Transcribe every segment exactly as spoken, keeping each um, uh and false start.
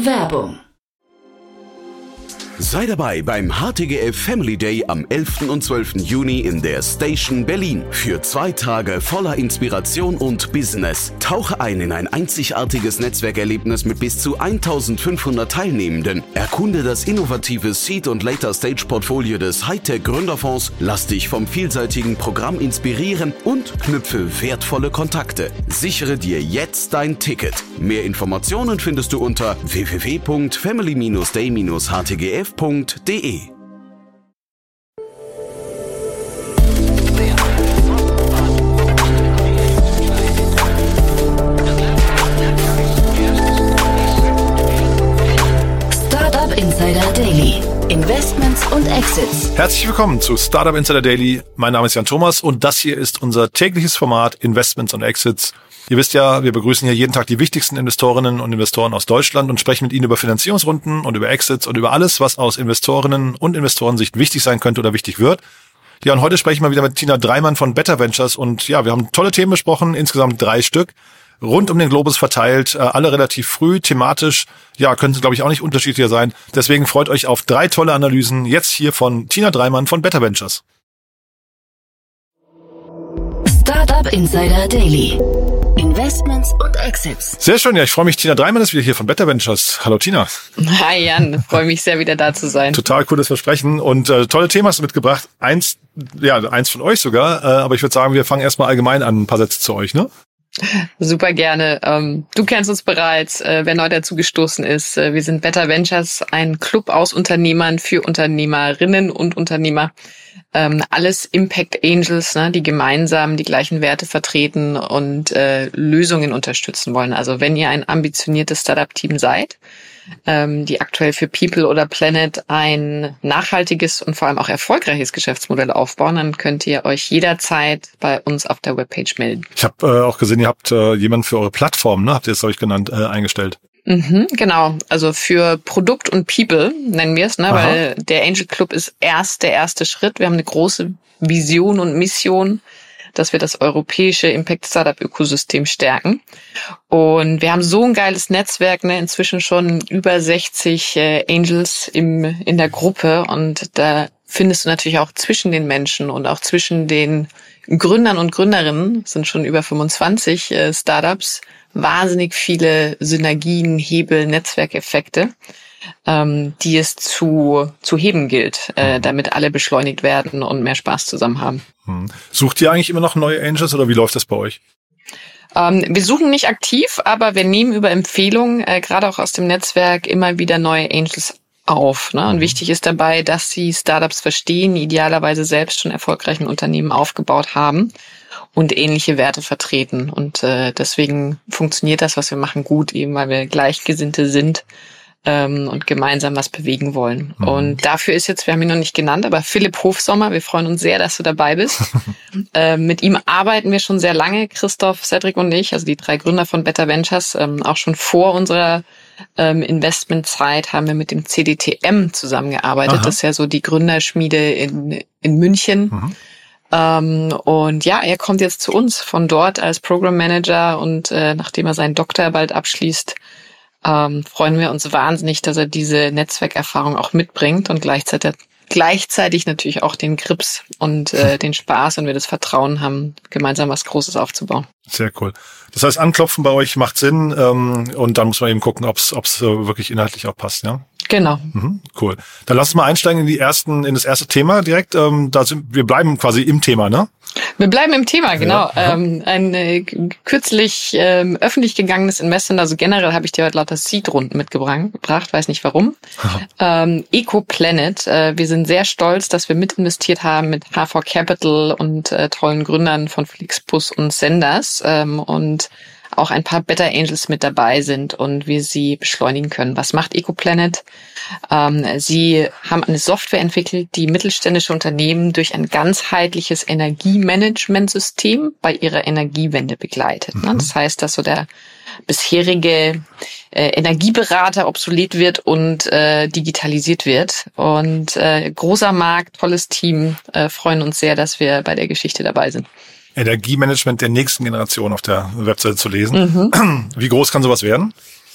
Werbung. Sei dabei beim H T G F Family Day am elften und zwölften Juni in der Station Berlin. Für zwei Tage voller Inspiration und Business. Tauche ein in ein einzigartiges Netzwerkerlebnis mit bis zu eintausendfünfhundert Teilnehmenden. Erkunde das innovative Seed- und Later-Stage-Portfolio des Hightech-Gründerfonds. Lass dich vom vielseitigen Programm inspirieren und knüpfe wertvolle Kontakte. Sichere dir jetzt dein Ticket. Mehr Informationen findest du unter w w w punkt family day dash h t g f punkt d e. Startup Insider Daily. Investments und Exits. Herzlich willkommen zu Startup Insider Daily. Mein Name ist Jan Thomas und das hier ist unser tägliches Format Investments und Exits. Ihr wisst ja, wir begrüßen hier jeden Tag die wichtigsten Investorinnen und Investoren aus Deutschland und sprechen mit ihnen über Finanzierungsrunden und über Exits und über alles, was aus Investorinnen und Investorensicht wichtig sein könnte oder wichtig wird. Ja, und heute sprechen wir wieder mit Tina Dreimann von Better Ventures und ja, wir haben tolle Themen besprochen, insgesamt drei Stück, rund um den Globus verteilt, alle relativ früh, thematisch, ja, können sie, glaube ich, auch nicht unterschiedlicher sein. Deswegen freut euch auf drei tolle Analysen, jetzt hier von Tina Dreimann von Better Ventures. Startup Insider Daily. Investments und Exits. Sehr schön, ja, ich freue mich. Tina Dreimann ist wieder hier von Better Ventures. Hallo Tina. Hi Jan, freue mich sehr, wieder da zu sein. Total cooles Versprechen und äh, tolle Themen hast du mitgebracht. Eins, ja, eins von euch sogar, äh, aber ich würde sagen, wir fangen erstmal allgemein an, ein paar Sätze zu euch, ne? Super gerne. Ähm, du kennst uns bereits, äh, wer neu dazu gestoßen ist. Äh, wir sind Better Ventures, ein Club aus Unternehmern für Unternehmerinnen und Unternehmer. Ähm, alles Impact Angels, ne, die gemeinsam die gleichen Werte vertreten und äh, Lösungen unterstützen wollen. Also wenn ihr ein ambitioniertes Startup-Team seid, ähm, die aktuell für People oder Planet ein nachhaltiges und vor allem auch erfolgreiches Geschäftsmodell aufbauen, dann könnt ihr euch jederzeit bei uns auf der Webpage melden. Ich habe äh, auch gesehen, ihr habt äh, jemanden für eure Plattform, ne, habt ihr es, glaube ich, genannt, äh, eingestellt. Mhm, genau, also für Produkt und People nennen wir es, ne, weil der Angel Club ist erst der erste Schritt. Wir haben eine große Vision und Mission, dass wir das europäische Impact-Startup-Ökosystem stärken. Und wir haben so ein geiles Netzwerk, ne, inzwischen schon über sechzig äh, Angels im in der Gruppe. Und da findest du natürlich auch zwischen den Menschen und auch zwischen den Gründern und Gründerinnen, sind schon über fünfundzwanzig äh, Startups, wahnsinnig viele Synergien, Hebel, Netzwerkeffekte, ähm, die es zu zu heben gilt, äh, damit alle beschleunigt werden und mehr Spaß zusammen haben. Hm. Sucht ihr eigentlich immer noch neue Angels oder wie läuft das bei euch? Ähm, wir suchen nicht aktiv, aber wir nehmen über Empfehlungen, äh, gerade auch aus dem Netzwerk, immer wieder neue Angels auf. Ne? Und wichtig ist dabei, dass sie Startups verstehen, idealerweise selbst schon erfolgreichen Unternehmen aufgebaut haben und ähnliche Werte vertreten. Und äh, deswegen funktioniert das, was wir machen, gut, eben weil wir Gleichgesinnte sind ähm, und gemeinsam was bewegen wollen. Mhm. Und dafür ist jetzt, wir haben ihn noch nicht genannt, aber Philipp Hofsommer, wir freuen uns sehr, dass du dabei bist. äh, mit ihm arbeiten wir schon sehr lange, Christoph, Cedric und ich, also die drei Gründer von Better Ventures, ähm, auch schon vor unserer ähm, Investmentzeit haben wir mit dem C D T M zusammengearbeitet. Aha. Das ist ja so die Gründerschmiede in, in München. Mhm. Um, und ja, er kommt jetzt zu uns von dort als Program Manager und äh, nachdem er seinen Doktor bald abschließt, ähm, freuen wir uns wahnsinnig, dass er diese Netzwerkerfahrung auch mitbringt und gleichzeitig gleichzeitig natürlich auch den Grips und äh, den Spaß und wir das Vertrauen haben, gemeinsam was Großes aufzubauen. Sehr cool. Das heißt, anklopfen bei euch macht Sinn ähm, und dann muss man eben gucken, ob es ob's, äh, wirklich inhaltlich auch passt, ja? Genau. Mhm, cool. Dann lass uns mal einsteigen in die ersten, in das erste Thema direkt. Ähm, da sind, wir bleiben quasi im Thema, ne? Wir bleiben im Thema, genau. Ja, ja. Ähm, ein äh, kürzlich ähm, öffentlich gegangenes Investment, also generell habe ich dir heute lauter Seed-Runden mitgebracht, weiß nicht warum. ähm, EcoPlanet, äh, wir sind sehr stolz, dass wir mitinvestiert haben mit H V Capital und äh, tollen Gründern von Flixbus und Senders ähm, und auch ein paar Better Angels mit dabei sind und wir sie beschleunigen können. Was macht EcoPlanet? Ähm, sie haben eine Software entwickelt, die mittelständische Unternehmen durch ein ganzheitliches Energiemanagementsystem bei ihrer Energiewende begleitet. Mhm. Das heißt, dass so der bisherige äh, Energieberater obsolet wird und äh, digitalisiert wird. Und äh, großer Markt, tolles Team, äh, freuen uns sehr, dass wir bei der Geschichte dabei sind. Energiemanagement der nächsten Generation auf der Webseite zu lesen. Mhm. Wie groß kann sowas werden?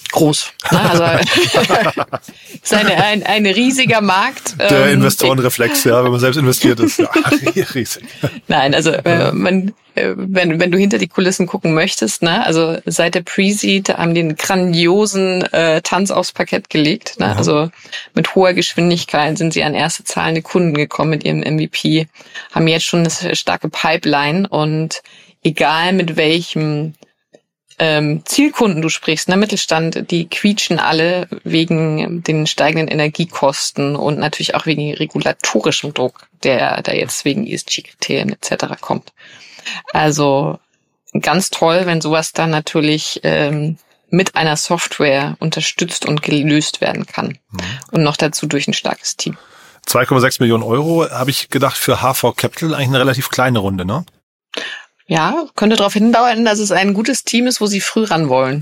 Groß. Ne? Also ist eine, ein, ein riesiger Markt. Der ähm, Investorenreflex, ja, wenn man selbst investiert ist. Ja, riesig. Nein, also äh, man, äh, wenn wenn du hinter die Kulissen gucken möchtest, ne, also seit der Pre-Seed haben die einen grandiosen äh, Tanz aufs Parkett gelegt. Ne? Mhm. Also mit hoher Geschwindigkeit sind sie an erste zahlende Kunden gekommen mit ihrem M V P, haben jetzt schon eine starke Pipeline und egal mit welchem Ähm, Zielkunden du sprichst, ne, Mittelstand, die quietschen alle wegen den steigenden Energiekosten und natürlich auch wegen regulatorischem Druck, der da jetzt wegen E S G-Kriterien et cetera kommt. Also ganz toll, wenn sowas dann natürlich ähm, mit einer Software unterstützt und gelöst werden kann. Mhm. Und noch dazu durch ein starkes Team. zwei Komma sechs Millionen Euro, habe ich gedacht, für H V Capital eigentlich eine relativ kleine Runde, ne? Ja, könnte darauf hindeuten, dass es ein gutes Team ist, wo sie früh ran wollen.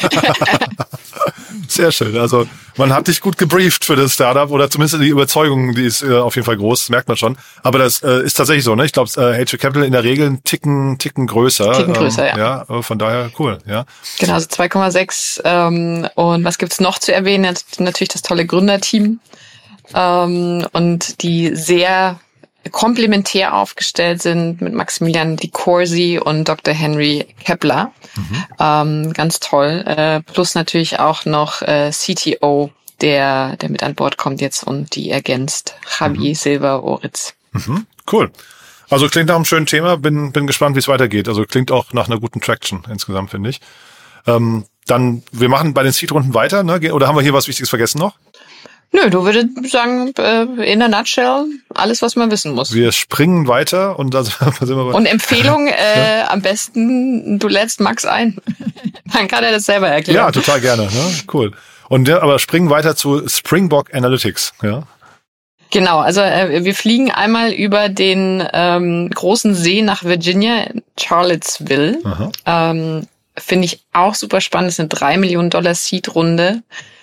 Sehr schön. Also man hat dich gut gebrieft für das Startup oder zumindest die Überzeugung, die ist äh, auf jeden Fall groß, das merkt man schon. Aber das äh, ist tatsächlich so, ne? Ich glaube, äh, H V Capital in der Regel einen Ticken, Ticken größer. Ticken größer, ähm, ja. Ja, von daher cool, ja. Genau, also zwei Komma sechs. Ähm, und was gibt's noch zu erwähnen? Natürlich das tolle Gründerteam ähm, und die sehr komplementär aufgestellt sind mit Maximilian Di Corsi und Doktor Henry Kepler. Mhm. Ähm, ganz toll. Äh, plus natürlich auch noch äh, C T O, der der mit an Bord kommt jetzt und die ergänzt. Javi mhm. Silva Oritz. Mhm. Cool. Also klingt nach einem schönen Thema. Bin bin gespannt, wie es weitergeht. Also klingt auch nach einer guten Traction insgesamt, finde ich. Ähm, dann, wir machen bei den Seed-Runden weiter, ne? Oder haben wir hier was Wichtiges vergessen noch? Nö, du würdest sagen, in a nutshell, alles, was man wissen muss. Wir springen weiter und da sind wir bei. Und Empfehlung, äh, ja. Am besten, du lädst Max ein. Dann kann er das selber erklären. Ja, total gerne. Ne? Cool. Und ja, aber springen weiter zu Springbok Analytics, ja. Genau, also äh, wir fliegen einmal über den ähm, großen See nach Virginia, Charlottesville. Ähm, finde ich auch super spannend. Das ist eine drei Millionen Dollar Seed-Runde.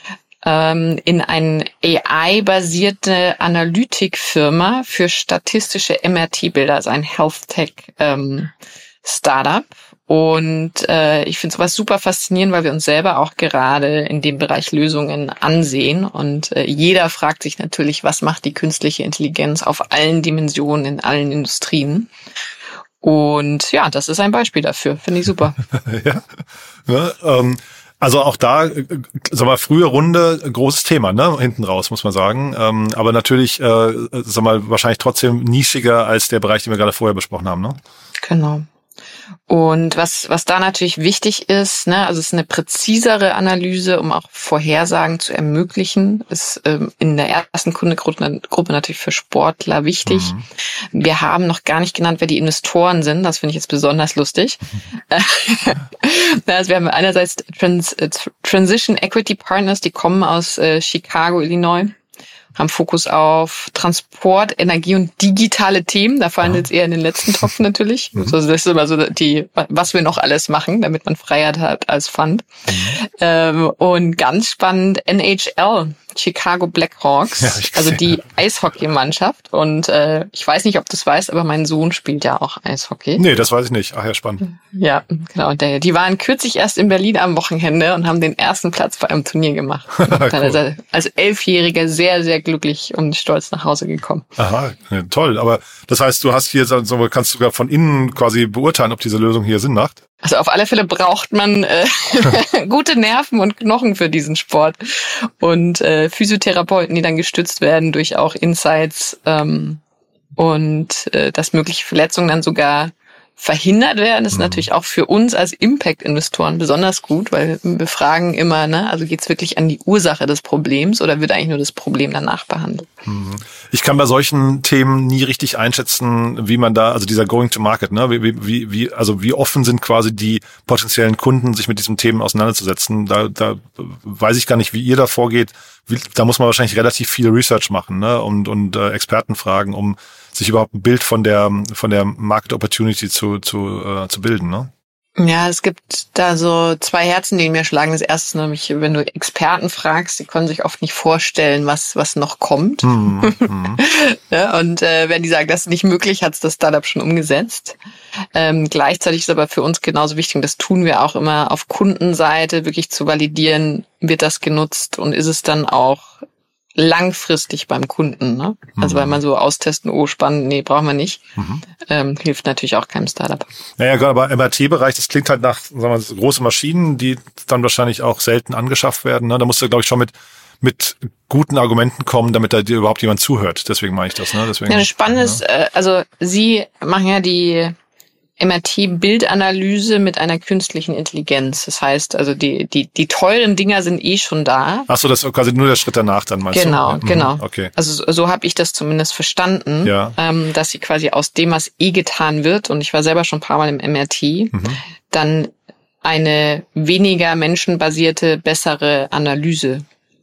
In eine A I-basierte Analytikfirma für statistische M R T-Bilder, also ein Health-Tech-Startup. Ähm, und äh, ich finde sowas super faszinierend, weil wir uns selber auch gerade in dem Bereich Lösungen ansehen. Und äh, jeder fragt sich natürlich, was macht die künstliche Intelligenz auf allen Dimensionen, in allen Industrien. Und ja, das ist ein Beispiel dafür. Finde ich super. ja, ja ähm Also auch da, sag mal, frühe Runde, großes Thema, ne, hinten raus, muss man sagen. Ähm, aber natürlich, äh, sag mal, wahrscheinlich trotzdem nischiger als der Bereich, den wir gerade vorher besprochen haben, ne? Genau. Und was was da natürlich wichtig ist, ne, also es ist eine präzisere Analyse, um auch Vorhersagen zu ermöglichen, ist ähm, in der ersten Kundengruppe Gruppe natürlich für Sportler wichtig. Mhm. Wir haben noch gar nicht genannt, wer die Investoren sind. Das finde ich jetzt besonders lustig. Mhm. Also wir haben einerseits Trans, Transition Equity Partners, die kommen aus äh, Chicago, Illinois. Haben Fokus auf Transport, Energie und digitale Themen. Da fallen ja. jetzt eher in den letzten Topf natürlich. Mhm. Also das ist immer so die, was wir noch alles machen, damit man Freiheit hat als Fund. Mhm. Ähm, und ganz spannend N H L, Chicago Blackhawks, ja, also die Eishockeymannschaft. Und äh, ich weiß nicht, ob du es weißt, aber mein Sohn spielt ja auch Eishockey. Nee, das weiß ich nicht. Ach ja, spannend. Ja, genau. Und der, die waren kürzlich erst in Berlin am Wochenende und haben den ersten Platz bei einem Turnier gemacht. Und dann cool. ist er als Elfjähriger sehr, sehr glücklich und stolz nach Hause gekommen. Aha, ja, toll. Aber das heißt, du hast hier, so, kannst du sogar von innen quasi beurteilen, ob diese Lösung hier Sinn macht? Also auf alle Fälle braucht man äh, gute Nerven und Knochen für diesen Sport. Und äh, Physiotherapeuten, die dann gestützt werden durch auch Insights ähm, und äh, dass mögliche Verletzungen dann sogar verhindert werden, ist mhm. natürlich auch für uns als Impact-Investoren besonders gut, weil wir fragen immer, ne, also geht's wirklich an die Ursache des Problems oder wird eigentlich nur das Problem danach behandelt? Mhm. Ich kann bei solchen Themen nie richtig einschätzen, wie man da, also dieser Going to Market, ne, wie, wie, wie, also wie offen sind quasi die potenziellen Kunden, sich mit diesen Themen auseinanderzusetzen. Da, da weiß ich gar nicht, wie ihr da vorgeht. Wie, da muss man wahrscheinlich relativ viel Research machen, ne, und und äh, Experten fragen, um sich überhaupt ein Bild von der von der Market Opportunity zu zu äh, zu bilden, ne? Ja, es gibt da so zwei Herzen, die in mir schlagen. Das erste nämlich, wenn du Experten fragst, die können sich oft nicht vorstellen, was was noch kommt. Mhm. Mhm. Ja, und äh, wenn die sagen, das ist nicht möglich, hat es das Startup schon umgesetzt. Ähm, gleichzeitig ist aber für uns genauso wichtig, und das tun wir auch immer auf Kundenseite, wirklich zu validieren, wird das genutzt und ist es dann auch langfristig beim Kunden, ne? Also, mhm. weil man so austesten, oh, spannend, nee, brauchen wir nicht, mhm. ähm, hilft natürlich auch keinem Startup. Naja, gerade aber im I T-Bereich, das klingt halt nach, sagen wir mal, große Maschinen, die dann wahrscheinlich auch selten angeschafft werden, ne? Da musst du, glaube ich, schon mit mit guten Argumenten kommen, damit da dir überhaupt jemand zuhört. Deswegen meine ich das, ne? Deswegen. Ja, das Spannende ist, ja. äh, also Sie machen ja die M R T-Bildanalyse mit einer künstlichen Intelligenz. Das heißt, also die die die teuren Dinger sind eh schon da. Ach so, das ist quasi nur der Schritt danach dann, meinst genau, du? Genau, genau. Mhm. Okay. Also so, so habe ich das zumindest verstanden, ja. ähm, dass sie quasi aus dem, was eh getan wird, und ich war selber schon ein paar Mal im M R T, mhm. dann eine weniger menschenbasierte, bessere Analyse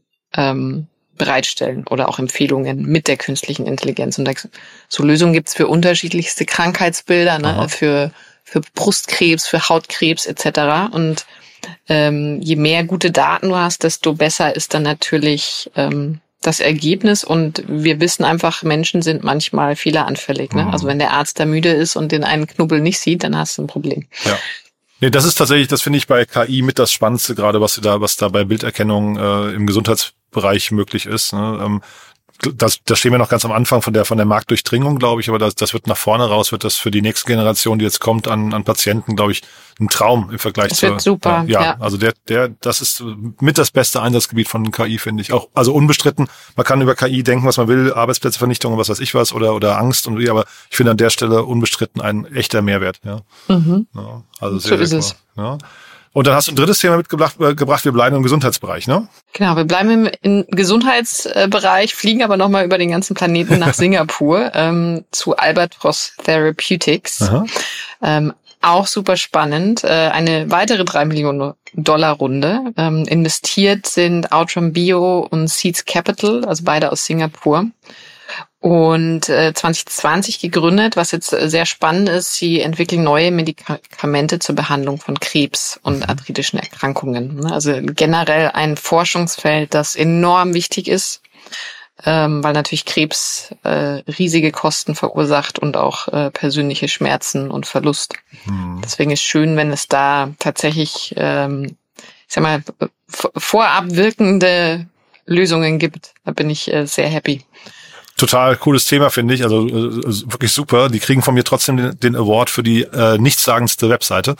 ähm, bereitstellen oder auch Empfehlungen mit der künstlichen Intelligenz. Und da, so Lösungen gibt's für unterschiedlichste Krankheitsbilder, ne? für für Brustkrebs, für Hautkrebs et cetera. Und ähm, je mehr gute Daten du hast, desto besser ist dann natürlich ähm, das Ergebnis. Und wir wissen einfach, Menschen sind manchmal fehleranfällig. Ne? Mhm. Also wenn der Arzt da müde ist und den einen Knubbel nicht sieht, dann hast du ein Problem. Ja. Nee, das ist tatsächlich, das finde ich bei K I mit das Spannendste, gerade was da, was da bei Bilderkennung äh, im Gesundheitsbereich möglich ist. Ne? Ähm, das, das stehen wir noch ganz am Anfang von der von der Marktdurchdringung, glaube ich, aber das, das wird nach vorne raus, wird das für die nächste Generation, die jetzt kommt, an an Patienten, glaube ich, ein Traum im Vergleich das zu. Wird super, ja, ja. Also der, der, das ist mit das beste Einsatzgebiet von K I, finde ich. Auch, also unbestritten. Man kann über K I denken, was man will, Arbeitsplatzvernichtung und was weiß ich was oder oder Angst und wie, aber ich finde an der Stelle unbestritten ein echter Mehrwert. Ja. Mhm. Ja, also sehr, so sehr ist cool. es. Ja. Und dann hast du ein drittes Thema mitgebracht, äh, gebracht, wir bleiben im Gesundheitsbereich, ne? Genau, wir bleiben im, im Gesundheitsbereich, fliegen aber nochmal über den ganzen Planeten nach Singapur ähm, zu Albatros Therapeutics. Ähm, auch super spannend. Äh, eine weitere drei Millionen Dollar Runde. Ähm, investiert sind Outram Bio und Seeds Capital, also beide aus Singapur. Und äh, zwanzig zwanzig gegründet, was jetzt sehr spannend ist, sie entwickeln neue Medikamente zur Behandlung von Krebs und arthritischen Erkrankungen. Also generell ein Forschungsfeld, das enorm wichtig ist, ähm, weil natürlich Krebs äh, riesige Kosten verursacht und auch äh, persönliche Schmerzen und Verlust. Mhm. Deswegen ist schön, wenn es da tatsächlich, ähm, ich sag mal, vorab wirkende Lösungen gibt. Da bin ich äh, sehr happy. Total cooles Thema, finde ich. Also äh, wirklich super. Die kriegen von mir trotzdem den, den Award für die äh, nichtssagendste Webseite.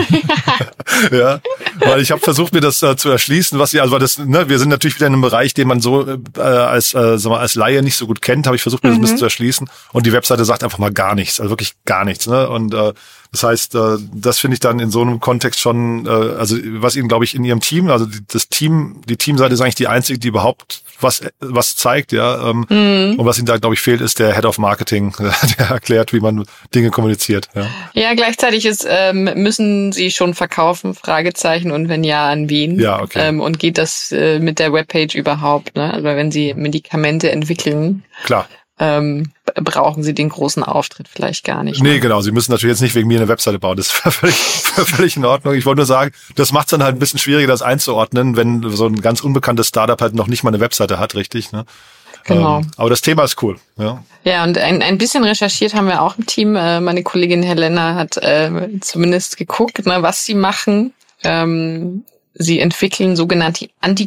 Ja, weil ich habe versucht, mir das äh, zu erschließen, was sie, also das, ne, wir sind natürlich wieder in einem Bereich, den man so äh, als äh, sag mal, als Laie nicht so gut kennt, habe ich versucht, mir das ein bisschen zu erschließen. Und die Webseite sagt einfach mal gar nichts, also wirklich gar nichts. Ne? Und äh, das heißt, äh, das finde ich dann in so einem Kontext schon, äh, also was ihnen, glaube ich, in ihrem Team, also das Team, die Teamseite ist eigentlich die einzige, die überhaupt was was zeigt, ja. Ähm, mhm. Und was ihnen da, glaube ich, fehlt, ist der Head of Marketing, der erklärt, wie man Dinge kommuniziert. Ja, ja gleichzeitig ist, ähm, müssen sie schon verkaufen, Fragezeichen, und wenn ja, an wen? Ja, okay. Ähm, und geht das äh, mit der Webpage überhaupt? Ne? Also wenn sie Medikamente entwickeln, klar. Ähm, brauchen sie den großen Auftritt vielleicht gar nicht. Nee, ne? genau. Sie müssen natürlich jetzt nicht wegen mir eine Webseite bauen. Das ist völlig, völlig in Ordnung. Ich wollte nur sagen, das macht es dann halt ein bisschen schwieriger, das einzuordnen, wenn so ein ganz unbekanntes Startup halt noch nicht mal eine Webseite hat, richtig? Ne? Genau. Ähm, aber das Thema ist cool. Ja, ja, und ein, ein bisschen recherchiert haben wir auch im Team. Äh, meine Kollegin Helena hat äh, zumindest geguckt, ne, was sie machen. Ähm, sie entwickeln sogenannte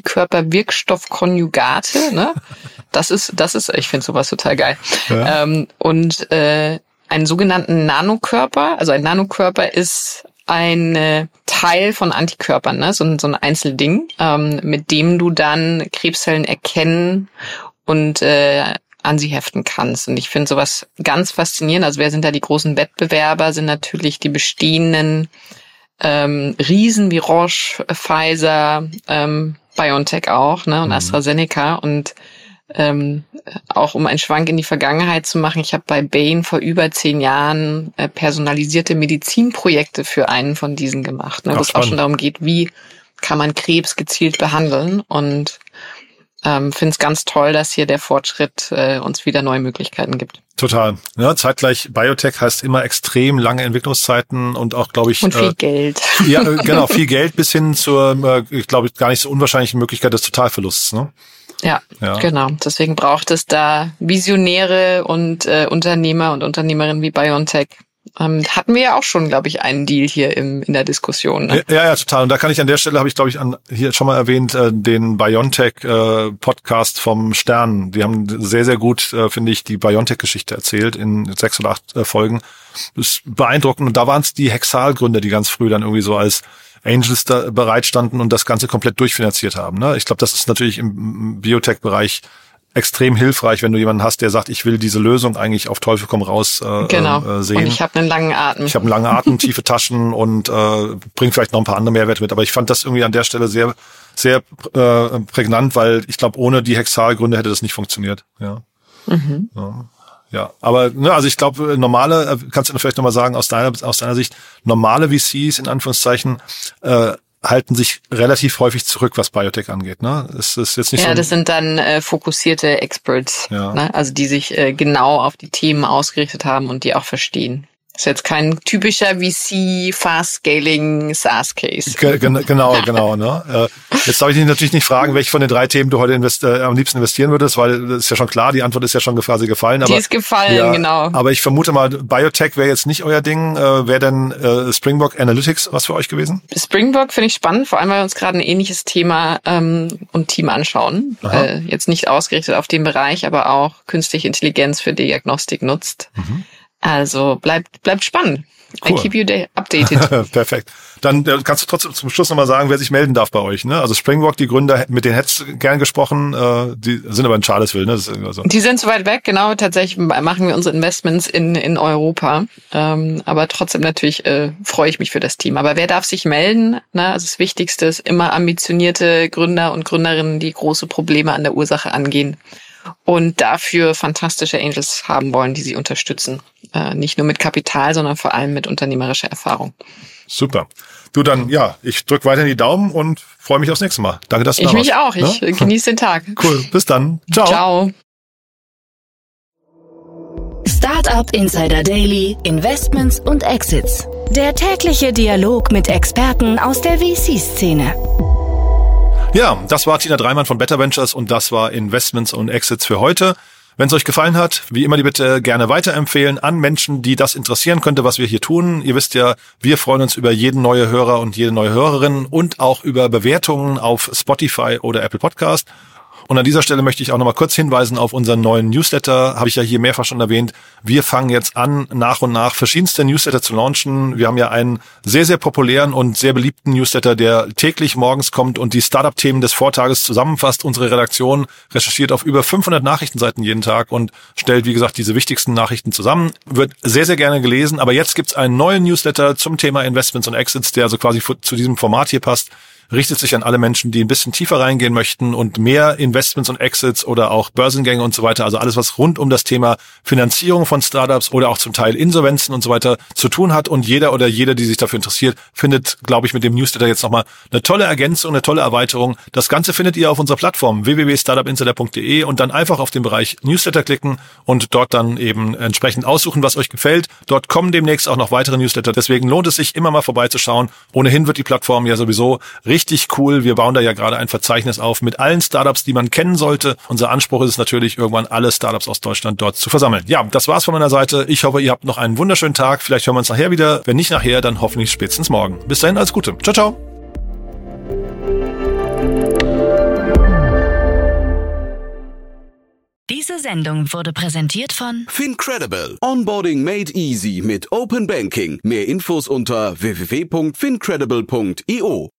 Antikörperwirkstoffkonjugate, ne? Das ist, das ist, ich finde sowas total geil. Ja. Ähm, und äh, einen sogenannten Nanokörper, also ein Nanokörper ist ein äh, Teil von Antikörpern, ne? so, ein, so ein Einzelding, ähm, mit dem du dann Krebszellen erkennen und äh, an sie heften kannst. Und ich finde sowas ganz faszinierend. Also wer sind da die großen Wettbewerber? Sind natürlich die bestehenden ähm, Riesen wie Roche, Pfizer, ähm, BioNTech auch, ne, und mhm. AstraZeneca. Und ähm, auch um einen Schwank in die Vergangenheit zu machen, ich habe bei Bain vor über zehn Jahren äh, personalisierte Medizinprojekte für einen von diesen gemacht, ne, wo es auch schon darum geht, wie kann man Krebs gezielt behandeln. Und ähm, finde es ganz toll, dass hier der Fortschritt äh, uns wieder neue Möglichkeiten gibt. Total. Ja, zeitgleich Biotech heißt immer extrem lange Entwicklungszeiten und auch, glaube ich... Und viel äh, Geld. Ja, genau, viel Geld bis hin zur, äh, ich glaube, gar nicht so unwahrscheinlichen Möglichkeit des Totalverlusts, ne? Ja, ja, genau. Deswegen braucht es da Visionäre und äh, Unternehmer und Unternehmerinnen wie BioNTech. Ähm, hatten wir ja auch schon, glaube ich, einen Deal hier im, in der Diskussion. Ne? Ja, ja, total. Und da kann ich an der Stelle, habe ich, glaube ich, an, hier schon mal erwähnt, äh, den BioNTech-Podcast äh, vom Stern. Die haben sehr, sehr gut, äh, finde ich, die BioNTech-Geschichte erzählt in sechs oder acht äh, Folgen. Das ist beeindruckend. Und da waren es die Hexal-Gründer, die ganz früh dann irgendwie so als Angels da bereitstanden und das Ganze komplett durchfinanziert haben. Ne? Ich glaube, das ist natürlich im Biotech-Bereich extrem hilfreich, wenn du jemanden hast, der sagt, ich will diese Lösung eigentlich auf Teufel komm raus äh, genau. äh, sehen. Und ich habe einen langen Atem. Ich habe einen langen Atem, tiefe Taschen und äh, bringt vielleicht noch ein paar andere Mehrwerte mit. Aber ich fand das irgendwie an der Stelle sehr, sehr äh, prägnant, weil ich glaube, ohne die Hexal-Gründe hätte das nicht funktioniert. Ja. Mhm. Ja. Ja, aber ne, also ich glaube, normale, kannst du vielleicht nochmal sagen, aus deiner aus deiner Sicht, normale V Cs in Anführungszeichen äh, halten sich relativ häufig zurück, was Biotech angeht. Ne, es ist jetzt nicht ja, so. Ja, das sind dann äh, fokussierte Experts, ja. Ne? Also die sich äh, genau auf die Themen ausgerichtet haben und die auch verstehen. Das ist jetzt kein typischer V C Fast-Scaling SaaS-Case. Ge- gen- genau, genau. Ne? Äh, jetzt darf ich dich natürlich nicht fragen, welche von den drei Themen du heute invest- äh, am liebsten investieren würdest, weil das ist ja schon klar, die Antwort ist ja schon quasi gefallen. Aber, die ist gefallen, ja, genau. Aber ich vermute mal, Biotech wäre jetzt nicht euer Ding. Äh, wäre denn äh, Springbok Analytics was für euch gewesen? Springbok finde ich spannend, vor allem, weil wir uns gerade ein ähnliches Thema ähm, und Team anschauen. Äh, jetzt nicht ausgerichtet auf den Bereich, aber auch künstliche Intelligenz für Diagnostik nutzt. Mhm. Also bleibt bleibt spannend. Cool. I keep you updated. Perfekt. Dann äh, kannst du trotzdem zum Schluss nochmal sagen, wer sich melden darf bei euch. Ne? Also Springbok, die Gründer, mit denen hättest du gern gesprochen, äh, die sind aber in Charlottesville. Ne? Das ist so. Die sind zu weit weg, genau. Tatsächlich machen wir unsere Investments in in Europa. Ähm, aber trotzdem natürlich äh, freue ich mich für das Team. Aber wer darf sich melden? Ne? Also das Wichtigste ist immer ambitionierte Gründer und Gründerinnen, die große Probleme an der Ursache angehen. Und dafür fantastische Angels haben wollen, die sie unterstützen. Äh, nicht nur mit Kapital, sondern vor allem mit unternehmerischer Erfahrung. Super. Du dann, ja, ich drücke weiterhin die Daumen und freue mich aufs nächste Mal. Danke, dass du da warst. Ich mich auch. Ich ja? genieße den Tag. Cool. Bis dann. Ciao. Ciao. Startup Insider Daily, Investments und Exits. Der tägliche Dialog mit Experten aus der V C-Szene. Ja, das war Tina Dreimann von Better Ventures und das war Investments und Exits für heute. Wenn es euch gefallen hat, wie immer die Bitte gerne weiterempfehlen an Menschen, die das interessieren könnte, was wir hier tun. Ihr wisst ja, wir freuen uns über jeden neue Hörer und jede neue Hörerin und auch über Bewertungen auf Spotify oder Apple Podcast. Und an dieser Stelle möchte ich auch nochmal kurz hinweisen auf unseren neuen Newsletter. Habe ich ja hier mehrfach schon erwähnt. Wir fangen jetzt an, nach und nach verschiedenste Newsletter zu launchen. Wir haben ja einen sehr, sehr populären und sehr beliebten Newsletter, der täglich morgens kommt und die Startup-Themen des Vortages zusammenfasst. Unsere Redaktion recherchiert auf über fünfhundert Nachrichtenseiten jeden Tag und stellt, wie gesagt, diese wichtigsten Nachrichten zusammen. Wird sehr, sehr gerne gelesen. Aber jetzt gibt's einen neuen Newsletter zum Thema Investments und Exits, der also quasi zu diesem Format hier passt. Richtet sich an alle Menschen, die ein bisschen tiefer reingehen möchten und mehr Investments und Exits oder auch Börsengänge und so weiter, also alles, was rund um das Thema Finanzierung von Startups oder auch zum Teil Insolvenzen und so weiter zu tun hat. Und jeder oder jede, die sich dafür interessiert, findet, glaube ich, mit dem Newsletter jetzt nochmal eine tolle Ergänzung, eine tolle Erweiterung. Das Ganze findet ihr auf unserer Plattform w w w punkt startup insider punkt d e und dann einfach auf den Bereich Newsletter klicken und dort dann eben entsprechend aussuchen, was euch gefällt. Dort kommen demnächst auch noch weitere Newsletter. Deswegen lohnt es sich, immer mal vorbeizuschauen. Ohnehin wird die Plattform ja sowieso richtig cool. Wir bauen da ja gerade ein Verzeichnis auf mit allen Startups, die man kennen sollte. Unser Anspruch ist es natürlich, irgendwann alle Startups aus Deutschland dort zu versammeln. Ja, das war's von meiner Seite. Ich hoffe, ihr habt noch einen wunderschönen Tag. Vielleicht hören wir uns nachher wieder. Wenn nicht nachher, dann hoffentlich spätestens morgen. Bis dahin, alles Gute. Ciao, ciao. Diese Sendung wurde präsentiert von FinCredible. Onboarding made easy mit Open Banking. Mehr Infos unter w w w punkt fincredible punkt i o.